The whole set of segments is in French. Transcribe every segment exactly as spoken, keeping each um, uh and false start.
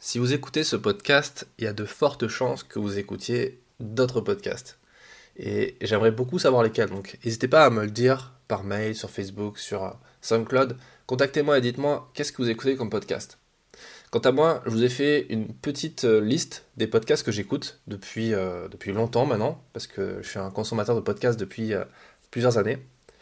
Si vous écoutez ce podcast, il y a de fortes chances que vous écoutiez d'autres podcasts. Et j'aimerais beaucoup savoir lesquels, donc n'hésitez pas à me le dire par mail, sur Facebook, sur SoundCloud. Contactez-moi et dites-moi qu'est-ce que vous écoutez comme podcast. Quant à moi, je vous ai fait une petite liste des podcasts que j'écoute depuis, euh, depuis longtemps maintenant, parce que je suis un consommateur de podcasts depuis euh, plusieurs années.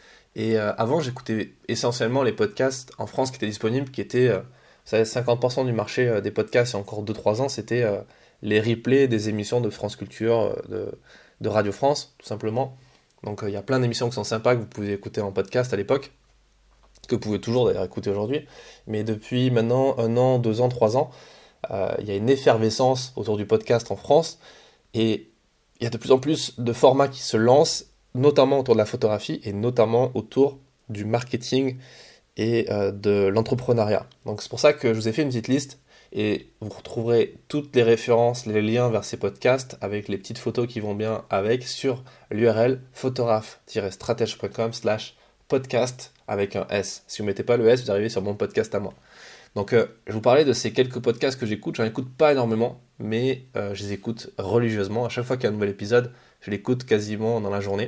Et euh, avant, j'écoutais essentiellement les podcasts en France qui étaient disponibles, qui étaient... Euh, Vous savez, cinquante pour cent du marché euh, des podcasts il y a encore deux trois ans, c'était euh, les replays des émissions de France Culture, euh, de, de Radio France, tout simplement. Donc euh, il y a plein d'émissions qui sont sympas que vous pouvez écouter en podcast à l'époque, que vous pouvez toujours d'ailleurs écouter aujourd'hui. Mais depuis maintenant un an, deux ans, trois ans, euh, il y a une effervescence autour du podcast en France. Et il y a de plus en plus de formats qui se lancent, notamment autour de la photographie et notamment autour du marketing et euh, de l'entrepreneuriat. Donc c'est pour ça que je vous ai fait une petite liste et vous retrouverez toutes les références, les liens vers ces podcasts avec les petites photos qui vont bien avec sur l'U R L photographe-stratège point com slash podcast avec un S. Si vous ne mettez pas le S, vous arrivez sur mon podcast à moi. Donc euh, je vous parlais de ces quelques podcasts que j'écoute. J'en écoute pas énormément, mais euh, je les écoute religieusement. À chaque fois qu'il y a un nouvel épisode, je l'écoute quasiment dans la journée.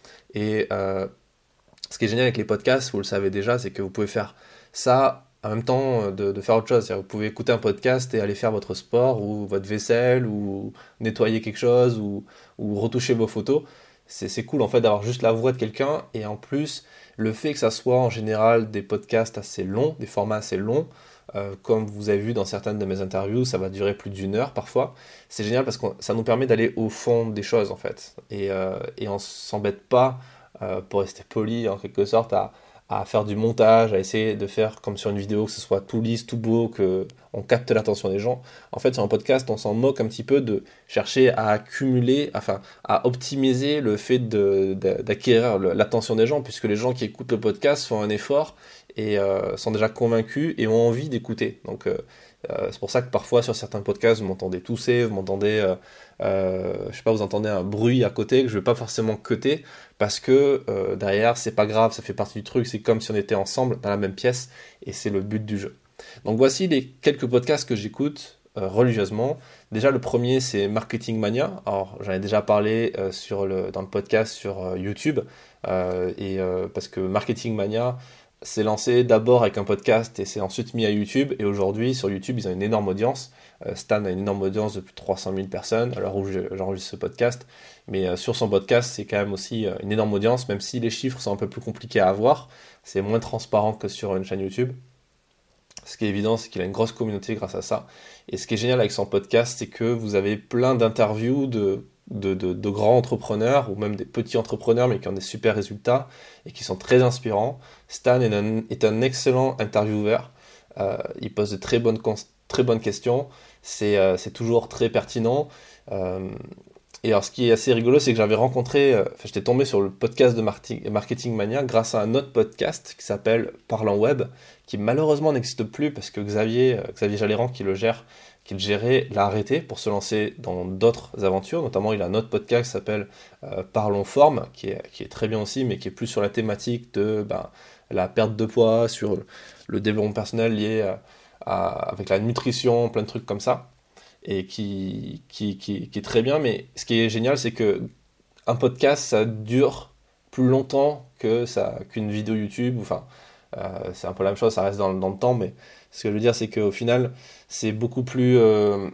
Et euh, ce qui est génial avec les podcasts, vous le savez déjà, c'est que vous pouvez faire ça en même temps de, de faire autre chose. C'est-à-dire vous pouvez écouter un podcast et aller faire votre sport ou votre vaisselle ou nettoyer quelque chose ou, ou retoucher vos photos. C'est, c'est cool en fait d'avoir juste la voix de quelqu'un et en plus le fait que ça soit en général des podcasts assez longs, des formats assez longs, euh, comme vous avez vu dans certaines de mes interviews, ça va durer plus d'une heure parfois. C'est génial parce que ça nous permet d'aller au fond des choses en fait et, euh, et on s'embête pas. Euh, pour rester poli en quelque sorte à, à faire du montage, à essayer de faire comme sur une vidéo que ce soit tout lisse, tout beau, qu'on capte l'attention des gens. En fait sur un podcast on s'en moque un petit peu de chercher à accumuler, enfin à optimiser le fait de, de, d'acquérir l'attention des gens, puisque les gens qui écoutent le podcast font un effort et euh, sont déjà convaincus et ont envie d'écouter. Donc euh, euh, c'est pour ça que parfois sur certains podcasts vous m'entendez tousser, vous m'entendez euh, euh, je sais pas, vous entendez un bruit à côté que je vais pas forcément cutter parce que euh, derrière c'est pas grave, ça fait partie du truc, c'est comme si on était ensemble dans la même pièce et c'est le but du jeu. Donc voici les quelques podcasts que j'écoute euh, religieusement. Déjà le premier c'est Marketing Mania. Alors j'en ai déjà parlé euh, sur le, dans le podcast sur euh, YouTube euh, et euh, parce que Marketing Mania s'est lancé d'abord avec un podcast et s'est ensuite mis à YouTube et aujourd'hui sur YouTube ils ont une énorme audience. Euh, Stan a une énorme audience de plus de trois cent mille personnes à l'heure où j'enregistre ce podcast, mais euh, sur son podcast c'est quand même aussi euh, une énorme audience, même si les chiffres sont un peu plus compliqués à avoir, c'est moins transparent que sur une chaîne YouTube. Ce qui est évident, c'est qu'il a une grosse communauté grâce à ça. Et ce qui est génial avec son podcast, c'est que vous avez plein d'interviews de, de, de, de grands entrepreneurs, ou même des petits entrepreneurs, mais qui ont des super résultats, et qui sont très inspirants. Stan est un, est un excellent intervieweur. Euh, il pose de très bonnes, très bonnes questions. C'est, euh, c'est toujours très pertinent. Euh, Et alors, ce qui est assez rigolo, c'est que j'avais rencontré, euh, enfin, j'étais tombé sur le podcast de Marti- Marketing Mania grâce à un autre podcast qui s'appelle Parlant Web, qui malheureusement n'existe plus parce que Xavier, euh, Xavier Jaléran, qui le gère, qui le gérait, l'a arrêté pour se lancer dans d'autres aventures. Notamment, il a un autre podcast qui s'appelle euh, Parlons Forme, qui est, qui est très bien aussi, mais qui est plus sur la thématique de ben, la perte de poids, sur le développement personnel lié à, à, avec la nutrition, plein de trucs comme ça. Et qui, qui, qui, qui est très bien, mais ce qui est génial, c'est que un podcast, ça dure plus longtemps que ça, qu'une vidéo YouTube, enfin, euh, c'est un peu la même chose, ça reste dans, dans le temps, mais ce que je veux dire, c'est qu'au final, c'est beaucoup plus... Euh,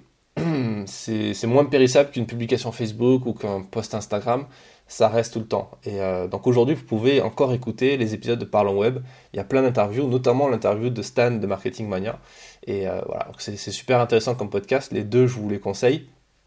c'est, c'est moins périssable qu'une publication Facebook ou qu'un post Instagram, ça reste tout le temps. Et euh, donc aujourd'hui, vous pouvez encore écouter les épisodes de Parlons Web, il y a plein d'interviews, notamment l'interview de Stan de Marketing Mania, et euh, voilà, donc c'est, c'est super intéressant comme podcast, les deux je vous les conseille.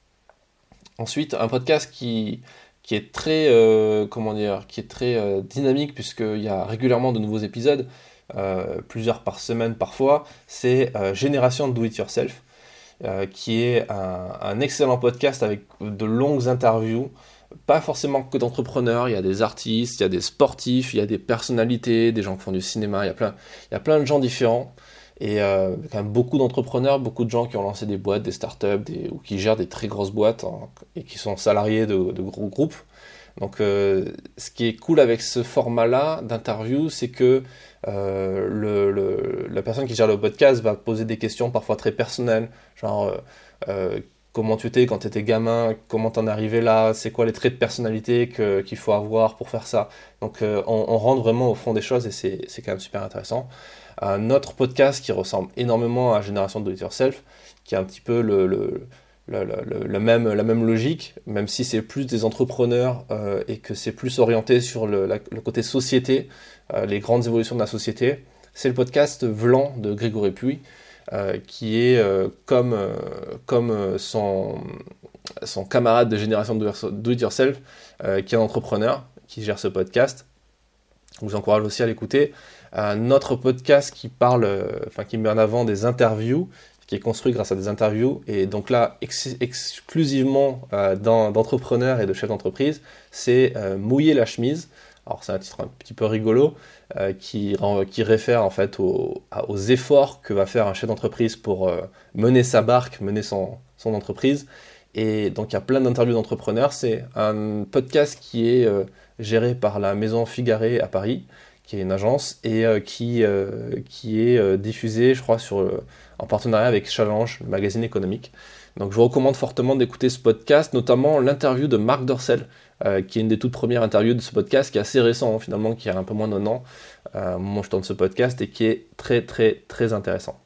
Ensuite, un podcast qui, qui est très, euh, comment dire, qui est très euh, dynamique puisqu'il y a régulièrement de nouveaux épisodes, euh, plusieurs par semaine parfois, c'est euh, Génération Do It Yourself, euh, qui est un, un excellent podcast avec de longues interviews, pas forcément que d'entrepreneurs, il y a des artistes, il y a des sportifs, il y a des personnalités, des gens qui font du cinéma, il y a plein, il y a plein de gens différents. Et euh, quand même beaucoup d'entrepreneurs, beaucoup de gens qui ont lancé des boîtes, des startups, des, ou qui gèrent des très grosses boîtes hein, et qui sont salariés de, de gros groupes. Donc euh, ce qui est cool avec ce format-là d'interview, c'est que euh, le, le, la personne qui gère le podcast va poser des questions parfois très personnelles, genre euh, euh, comment tu étais quand tu étais gamin, comment t'en es arrivé là, c'est quoi les traits de personnalité que, qu'il faut avoir pour faire ça. Donc euh, on, on rentre vraiment au fond des choses et c'est, c'est quand même super intéressant. Un autre podcast qui ressemble énormément à Génération Do It Yourself, qui est un petit peu le, le, le, le, le même, la même logique, même si c'est plus des entrepreneurs euh, et que c'est plus orienté sur le, la, le côté société, euh, les grandes évolutions de la société. C'est le podcast Vlan de Grégory Puy, euh, qui est euh, comme, euh, comme son, son camarade de Génération Do It Yourself, euh, qui est un entrepreneur, qui gère ce podcast. Je vous encourage aussi à l'écouter. Un autre podcast qui parle, euh, enfin qui met en avant des interviews, qui est construit grâce à des interviews, et donc là, ex- exclusivement euh, dans, d'entrepreneurs et de chefs d'entreprise, c'est euh, Mouiller la chemise. Alors c'est un titre un petit peu rigolo, euh, qui, qui réfère en fait aux, aux efforts que va faire un chef d'entreprise pour euh, mener sa barque, mener son, son entreprise. Et donc il y a plein d'interviews d'entrepreneurs. C'est un podcast qui est euh, géré par la Maison Figaré à Paris, qui est une agence, et euh, qui, euh, qui est euh, diffusé, je crois, sur, euh, en partenariat avec Challenge, le magazine économique. Donc je vous recommande fortement d'écouter ce podcast, notamment l'interview de Marc Dorcel, euh, qui est une des toutes premières interviews de ce podcast, qui est assez récent, hein, finalement, qui a un peu moins d'un an, euh, au moment où je tourne ce podcast, et qui est très très très intéressant.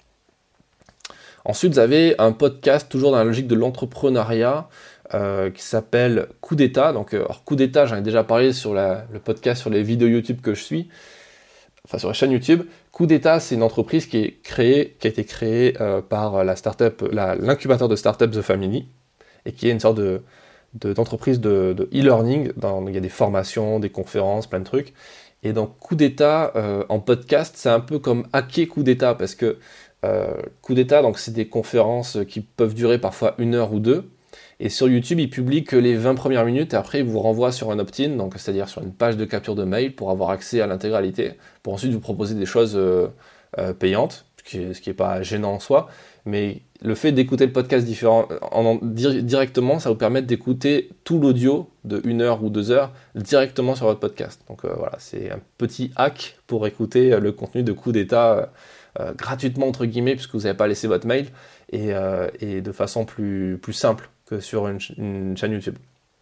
Ensuite, vous avez un podcast, toujours dans la logique de l'entrepreneuriat, Euh, qui s'appelle Coup d'État. Donc, euh, alors, Coup d'État, j'en ai déjà parlé sur la, le podcast, sur les vidéos YouTube que je suis, enfin sur la chaîne YouTube. Coup d'État, c'est une entreprise qui est créée, qui a été créée euh, par la startup, la, l'incubateur de startup The Family, et qui est une sorte de, de d'entreprise de, de e-learning. Dans, il y a des formations, des conférences, plein de trucs. Et donc, Coup d'État euh, en podcast, c'est un peu comme hacker Coup d'État, parce que euh, Coup d'État, donc c'est des conférences qui peuvent durer parfois une heure ou deux. Et sur YouTube, il publie que les vingt premières minutes et après il vous renvoie sur un opt-in, donc c'est-à-dire sur une page de capture de mail pour avoir accès à l'intégralité, pour ensuite vous proposer des choses euh, euh, payantes, ce qui n'est pas gênant en soi, mais le fait d'écouter le podcast différent, en, en, di- directement, ça vous permet d'écouter tout l'audio de une heure ou deux heures directement sur votre podcast. Donc euh, voilà, c'est un petit hack pour écouter le contenu de Coup d'État euh, euh, gratuitement entre guillemets, puisque vous n'avez pas laissé votre mail, et, euh, et de façon plus, plus simple que sur une, une chaîne YouTube.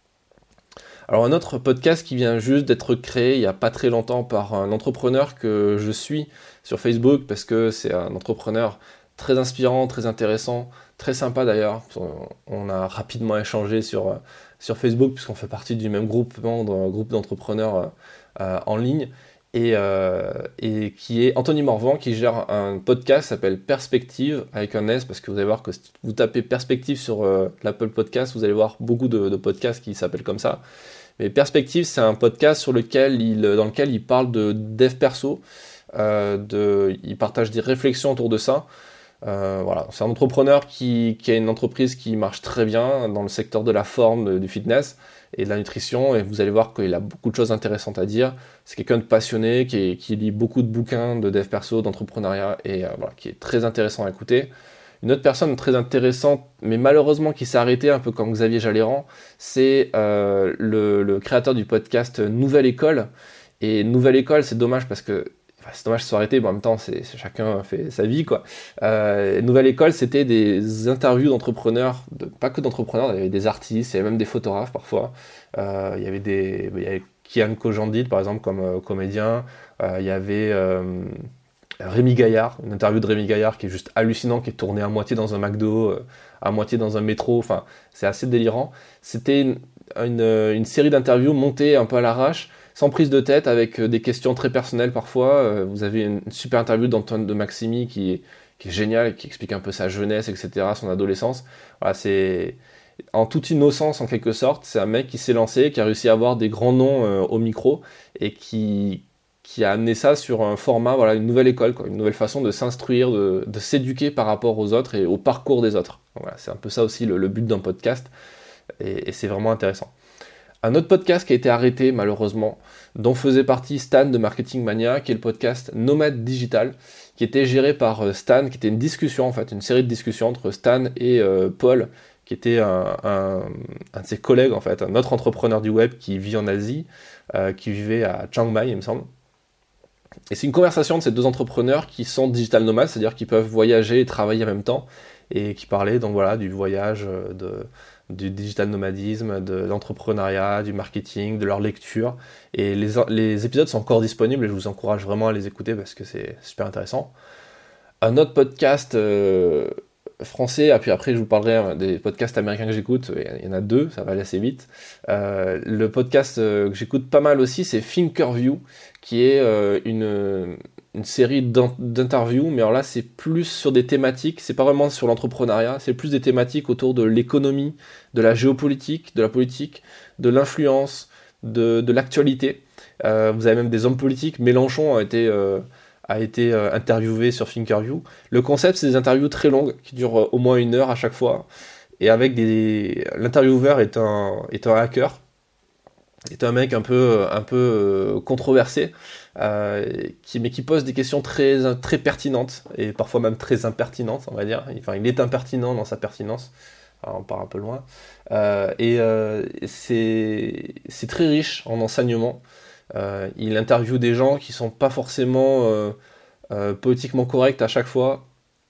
Alors un autre podcast qui vient juste d'être créé il n'y a pas très longtemps par un entrepreneur que je suis sur Facebook, parce que c'est un entrepreneur très inspirant, très intéressant, très sympa d'ailleurs. On a rapidement échangé sur, sur Facebook, puisqu'on fait partie du même groupement, d'un groupe d'entrepreneurs euh, en ligne. Et, euh, et qui est Anthony Morvan, qui gère un podcast qui s'appelle Perspective, avec un S, parce que vous allez voir que si vous tapez Perspective sur euh, l'Apple Podcast, vous allez voir beaucoup de, de podcasts qui s'appellent comme ça. Mais Perspective, c'est un podcast sur lequel il, dans lequel il parle de dev perso, euh, de, il partage des réflexions autour de ça. Euh, voilà. C'est un entrepreneur qui, qui a une entreprise qui marche très bien dans le secteur de la forme, du fitness et de la nutrition, et vous allez voir qu'il a beaucoup de choses intéressantes à dire. C'est quelqu'un de passionné, qui, est, qui lit beaucoup de bouquins de dev perso, d'entrepreneuriat, et euh, voilà, qui est très intéressant à écouter. Une autre personne très intéressante, mais malheureusement qui s'est arrêtée, un peu comme Xavier Jaléran, c'est euh, le, le créateur du podcast Nouvelle École. Et Nouvelle École, c'est dommage parce que Enfin, c'est dommage de s'arrêter, mais en même temps, c'est, c'est chacun fait sa vie, quoi. Euh, Nouvelle École, c'était des interviews d'entrepreneurs, de, pas que d'entrepreneurs, il y avait des artistes, il y avait même des photographes parfois. Euh, il y avait des, il y avait Kian Kojandit, par exemple, comme euh, comédien. Euh, il y avait euh, Rémi Gaillard, une interview de Rémi Gaillard qui est juste hallucinant, qui est tournée à moitié dans un McDo, euh, à moitié dans un métro. Enfin, c'est assez délirant. C'était une, une, une série d'interviews montées un peu à l'arrache, sans prise de tête, avec des questions très personnelles parfois. Vous avez une super interview d'Antoine de Maximi qui est, qui est géniale, qui explique un peu sa jeunesse, et cetera, son adolescence. Voilà, c'est en toute innocence en quelque sorte. C'est un mec qui s'est lancé, qui a réussi à avoir des grands noms euh, au micro et qui, qui a amené ça sur un format, voilà, une nouvelle école, quoi, une nouvelle façon de s'instruire, de, de s'éduquer par rapport aux autres et au parcours des autres. Donc, voilà, c'est un peu ça aussi le, le but d'un podcast, et, et c'est vraiment intéressant. Un autre podcast qui a été arrêté malheureusement, dont faisait partie Stan de Marketing Mania, qui est le podcast Nomade Digital, qui était géré par Stan, qui était une discussion en fait, une série de discussions entre Stan et euh, Paul, qui était un, un, un de ses collègues, en fait, un autre entrepreneur du web qui vit en Asie, euh, qui vivait à Chiang Mai, il me semble. Et c'est une conversation de ces deux entrepreneurs qui sont digital nomades, c'est-à-dire qu'ils peuvent voyager et travailler en même temps, et qui parlaient donc voilà du voyage, de, du digital nomadisme, de l'entrepreneuriat, du marketing, de leur lecture. Et les, les épisodes sont encore disponibles et je vous encourage vraiment à les écouter parce que c'est super intéressant. Un autre podcast euh, français, et puis après je vous parlerai des podcasts américains que j'écoute, il y en a deux, ça va aller assez vite. Euh, le podcast euh, que j'écoute pas mal aussi, c'est Thinkerview, qui est euh, une, une série d'interviews, mais alors là c'est plus sur des thématiques, c'est pas vraiment sur l'entrepreneuriat, c'est plus des thématiques autour de l'économie, de la géopolitique, de la politique, de l'influence, de, de l'actualité. Euh, vous avez même des hommes politiques, Mélenchon a été... Euh, a été euh, interviewé sur Thinkerview. Le concept, c'est des interviews très longues, qui durent euh, au moins une heure à chaque fois, et avec des... L'intervieweur est un, est un hacker, est un mec un peu, un peu euh, controversé, euh, qui, mais qui pose des questions très, très pertinentes, et parfois même très impertinentes, on va dire. Enfin, il est impertinent dans sa pertinence, alors on part un peu loin, euh, et euh, c'est, c'est très riche en enseignement. Euh, il interviewe des gens qui sont pas forcément euh, euh, politiquement corrects à chaque fois.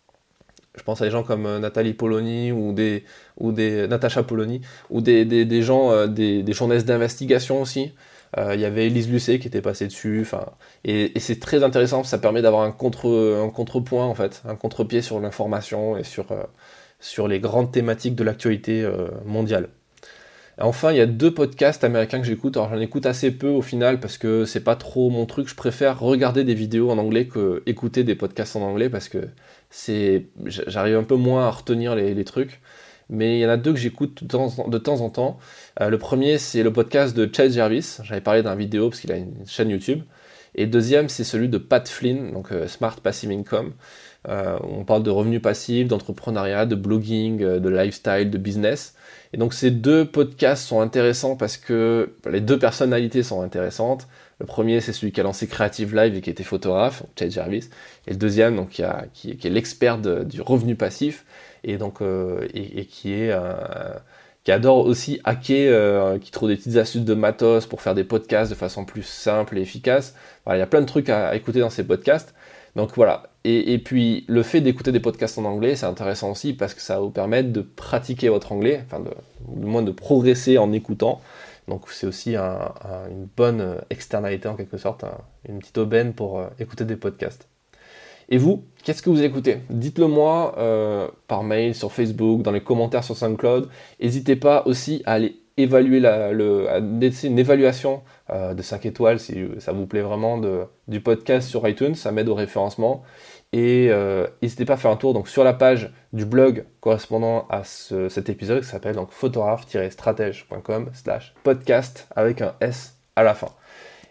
Je pense à des gens comme euh, Nathalie Polony ou des ou des Natacha Polony ou des, des, des gens euh, des, des journalistes d'investigation aussi. Euh, il y avait Élise Lucet qui était passée dessus. Enfin, et, et c'est très intéressant. Ça permet d'avoir un contre un contrepoint en fait, un contre-pied sur l'information et sur euh, sur les grandes thématiques de l'actualité euh, mondiale. Enfin, il y a deux podcasts américains que j'écoute. Alors j'en écoute assez peu au final parce que c'est pas trop mon truc. Je préfère regarder des vidéos en anglais que écouter des podcasts en anglais parce que c'est, j'arrive un peu moins à retenir les, les trucs. Mais il y en a deux que j'écoute de temps, de temps en temps. Euh, le premier, c'est le podcast de Chad Jarvis. J'avais parlé d'un vidéo parce qu'il a une chaîne YouTube. Et le deuxième, c'est celui de Pat Flynn, donc euh, Smart Passive Income. Euh, on parle de revenus passifs, d'entrepreneuriat, de blogging, euh, de lifestyle, de business. Et donc ces deux podcasts sont intéressants parce que les deux personnalités sont intéressantes. Le premier, c'est celui qui a lancé Creative Live et qui était photographe, Chad Jarvis. Et le deuxième, donc, qui, a, qui, qui est l'expert de, du revenu passif et, donc, euh, et, et qui, est, euh, qui adore aussi hacker, euh, qui trouve des petites astuces de matos pour faire des podcasts de façon plus simple et efficace. Voilà, il y a plein de trucs à, à écouter dans ces podcasts. Donc voilà, et, et puis le fait d'écouter des podcasts en anglais, c'est intéressant aussi parce que ça va vous permettre de pratiquer votre anglais, enfin de, du moins de progresser en écoutant. Donc c'est aussi un, un, une bonne externalité en quelque sorte, un, une petite aubaine pour euh, écouter des podcasts. Et vous, qu'est-ce que vous écoutez ? Dites-le moi euh, par mail, sur Facebook, dans les commentaires sur SoundCloud. N'hésitez pas aussi à aller évaluer la, le, à laisser une évaluation euh, de cinq étoiles si ça vous plaît vraiment de, du podcast sur iTunes, ça m'aide au référencement. Et euh, n'hésitez pas à faire un tour donc, sur la page du blog correspondant à ce, cet épisode qui s'appelle donc photographe-stratège point com slash podcast avec un S à la fin.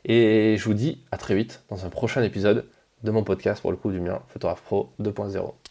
Et je vous dis à très vite dans un prochain épisode de mon podcast, pour le coup du mien, Photographe Pro deux point zéro.